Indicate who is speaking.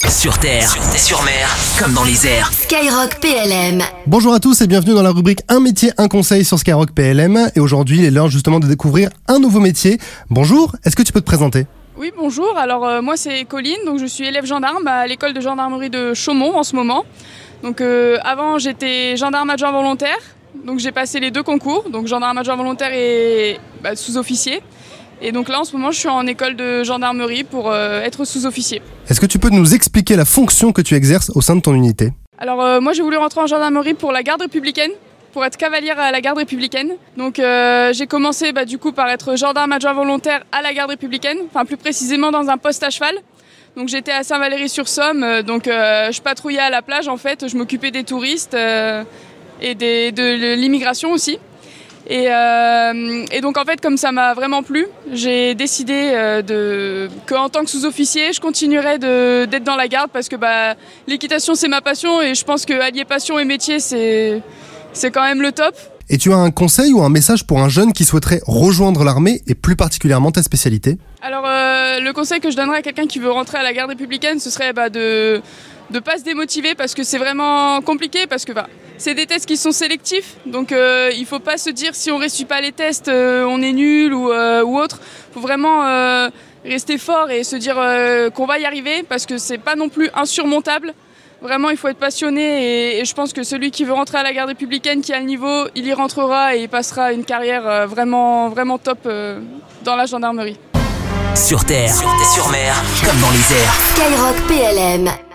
Speaker 1: Sur terre, sur mer, comme dans les airs.
Speaker 2: Skyrock PLM.
Speaker 3: Bonjour à tous et bienvenue dans la rubrique Un métier, un conseil sur Skyrock PLM. Et aujourd'hui, il est l'heure justement de découvrir un nouveau métier. Bonjour, est-ce que tu peux te présenter ?
Speaker 4: Oui, bonjour. Alors moi c'est Colline, donc je suis élève gendarme à l'école de gendarmerie de Chaumont en ce moment. Donc avant j'étais gendarme adjoint volontaire, donc j'ai passé les deux concours, donc gendarme adjoint volontaire et sous-officier. Et donc là en ce moment je suis en école de gendarmerie pour être sous-officier.
Speaker 3: Est-ce que tu peux nous expliquer la fonction que tu exerces au sein de ton unité ?
Speaker 4: Alors moi j'ai voulu rentrer en gendarmerie pour la garde républicaine, pour être cavalière à la garde républicaine. Donc j'ai commencé du coup par être gendarme adjoint volontaire à la garde républicaine, enfin plus précisément dans un poste à cheval. Donc j'étais à Saint-Valery-sur-Somme, je patrouillais à la plage en fait, je m'occupais des touristes et de l'immigration aussi. Et donc en fait comme ça m'a vraiment plu, j'ai décidé qu'en tant que sous-officier je continuerais d'être dans la garde parce que l'équitation c'est ma passion et je pense que allier passion et métier c'est quand même le top.
Speaker 3: Et tu as un conseil ou un message pour un jeune qui souhaiterait rejoindre l'armée et plus particulièrement ta spécialité ?
Speaker 4: Alors le conseil que je donnerais à quelqu'un qui veut rentrer à la garde républicaine, ce serait de ne pas se démotiver parce que c'est vraiment compliqué, parce que c'est des tests qui sont sélectifs, donc il ne faut pas se dire si on ne réussit pas les tests, on est nul ou autre. Il faut vraiment rester fort et se dire qu'on va y arriver parce que c'est pas non plus insurmontable. Vraiment, il faut être passionné et je pense que celui qui veut rentrer à la garde républicaine, qui a le niveau, il y rentrera et il passera une carrière vraiment, vraiment top dans la gendarmerie.
Speaker 1: Sur terre, sur mer, comme dans les airs.
Speaker 2: Skyrock PLM.